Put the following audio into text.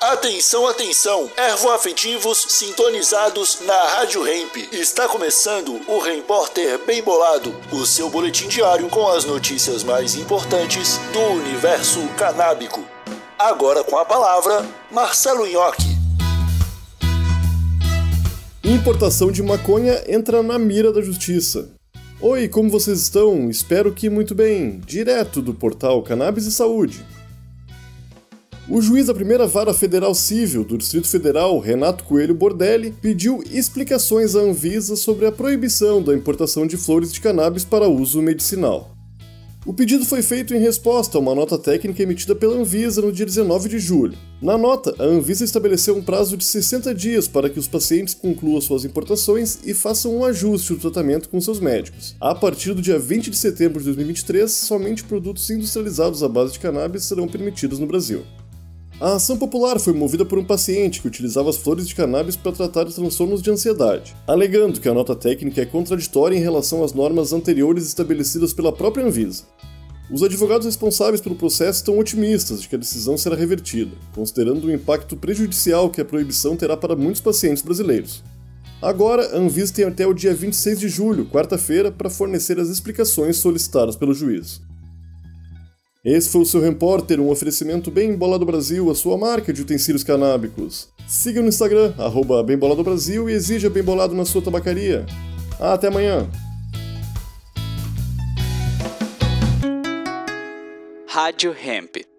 Atenção, atenção, ervoafetivos sintonizados na Rádio Hemp. Está começando o Repórter Bem Bolado, o seu boletim diário com as notícias mais importantes do universo canábico. Agora com a palavra, Marcelo Nhoque. Importação de maconha entra na mira da justiça. Oi, como vocês estão? Espero que muito bem. Direto do portal Cannabis e Saúde. O juiz da primeira vara federal civil do Distrito Federal, Renato Coelho Bordelli, pediu explicações à Anvisa sobre a proibição da importação de flores de cannabis para uso medicinal. O pedido foi feito em resposta a uma nota técnica emitida pela Anvisa no dia 19 de julho. Na nota, a Anvisa estabeleceu um prazo de 60 dias para que os pacientes concluam suas importações e façam um ajuste do tratamento com seus médicos. A partir do dia 20 de setembro de 2023, somente produtos industrializados à base de cannabis serão permitidos no Brasil. A ação popular foi movida por um paciente que utilizava as flores de cannabis para tratar de transtornos de ansiedade, alegando que a nota técnica é contraditória em relação às normas anteriores estabelecidas pela própria Anvisa. Os advogados responsáveis pelo processo estão otimistas de que a decisão será revertida, considerando o impacto prejudicial que a proibição terá para muitos pacientes brasileiros. Agora, a Anvisa tem até o dia 26 de julho, quarta-feira, para fornecer as explicações solicitadas pelo juiz. Esse foi o seu Repórter, um oferecimento Bem Bolado Brasil, a sua marca de utensílios canábicos. Siga no Instagram, @BemBoladoBrasil e exija Bem Bolado na sua tabacaria. Até amanhã! Rádio Hemp.